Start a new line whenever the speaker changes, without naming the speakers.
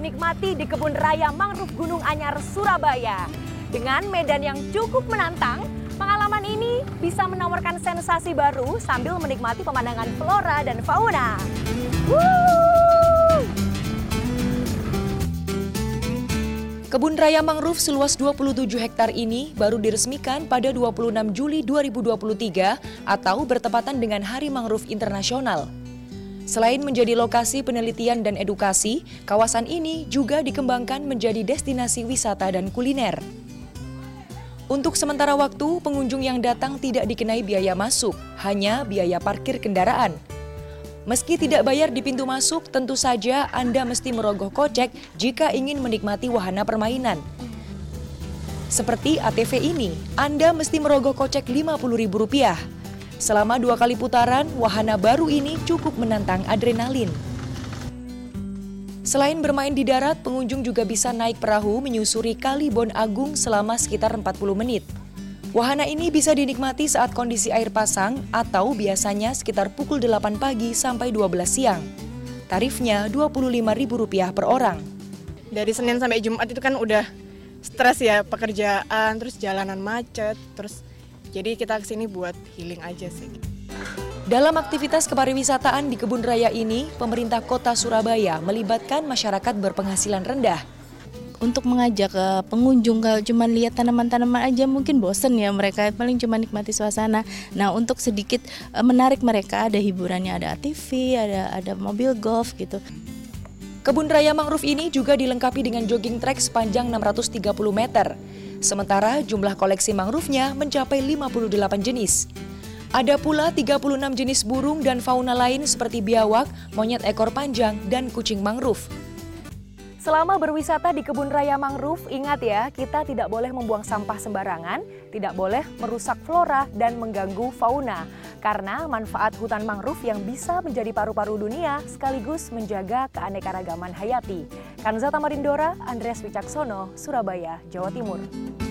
dinikmati di Kebun Raya Mangrove Gunung Anyar, Surabaya. Dengan medan yang cukup menantang, pengalaman ini bisa menawarkan sensasi baru sambil menikmati pemandangan flora dan fauna. Kebun Raya Mangrove seluas 27 hektar ini baru diresmikan pada 26 Juli 2023 atau bertepatan dengan Hari Mangrove Internasional. Selain menjadi lokasi penelitian dan edukasi, kawasan ini juga dikembangkan menjadi destinasi wisata dan kuliner. Untuk sementara waktu, pengunjung yang datang tidak dikenai biaya masuk, hanya biaya parkir kendaraan. Meski tidak bayar di pintu masuk, tentu saja Anda mesti merogoh kocek jika ingin menikmati wahana permainan. Seperti ATV ini, Anda mesti merogoh kocek Rp50.000. Selama 2 kali putaran, wahana baru ini cukup menantang adrenalin. Selain bermain di darat, pengunjung juga bisa naik perahu menyusuri Kali Bon Agung selama sekitar 40 menit. Wahana ini bisa dinikmati saat kondisi air pasang atau biasanya sekitar pukul 8 pagi sampai 12 siang. Tarifnya Rp25.000 per orang.
Dari Senin sampai Jumat itu kan udah stres ya, pekerjaan, terus jalanan macet, jadi kita kesini buat healing aja sih.
Dalam aktivitas kepariwisataan di Kebun Raya ini, pemerintah Kota Surabaya melibatkan masyarakat berpenghasilan rendah.
Untuk mengajak pengunjung, kalau cuma lihat tanaman-tanaman aja mungkin bosen ya, mereka paling cuma nikmati suasana. Nah, untuk sedikit menarik mereka, ada hiburannya, ada ATV, ada mobil golf gitu.
Kebun Raya Mangrove ini juga dilengkapi dengan jogging track sepanjang 630 meter. Sementara jumlah koleksi mangrove-nya mencapai 58 jenis. Ada pula 36 jenis burung dan fauna lain seperti biawak, monyet ekor panjang, dan kucing mangrove. Selama berwisata di Kebun Raya Mangrove, ingat ya, kita tidak boleh membuang sampah sembarangan, tidak boleh merusak flora dan mengganggu fauna. Karena manfaat hutan mangrove yang bisa menjadi paru-paru dunia sekaligus menjaga keanekaragaman hayati. Kanza Tamarindora, Andreas Wicaksono, Surabaya, Jawa Timur.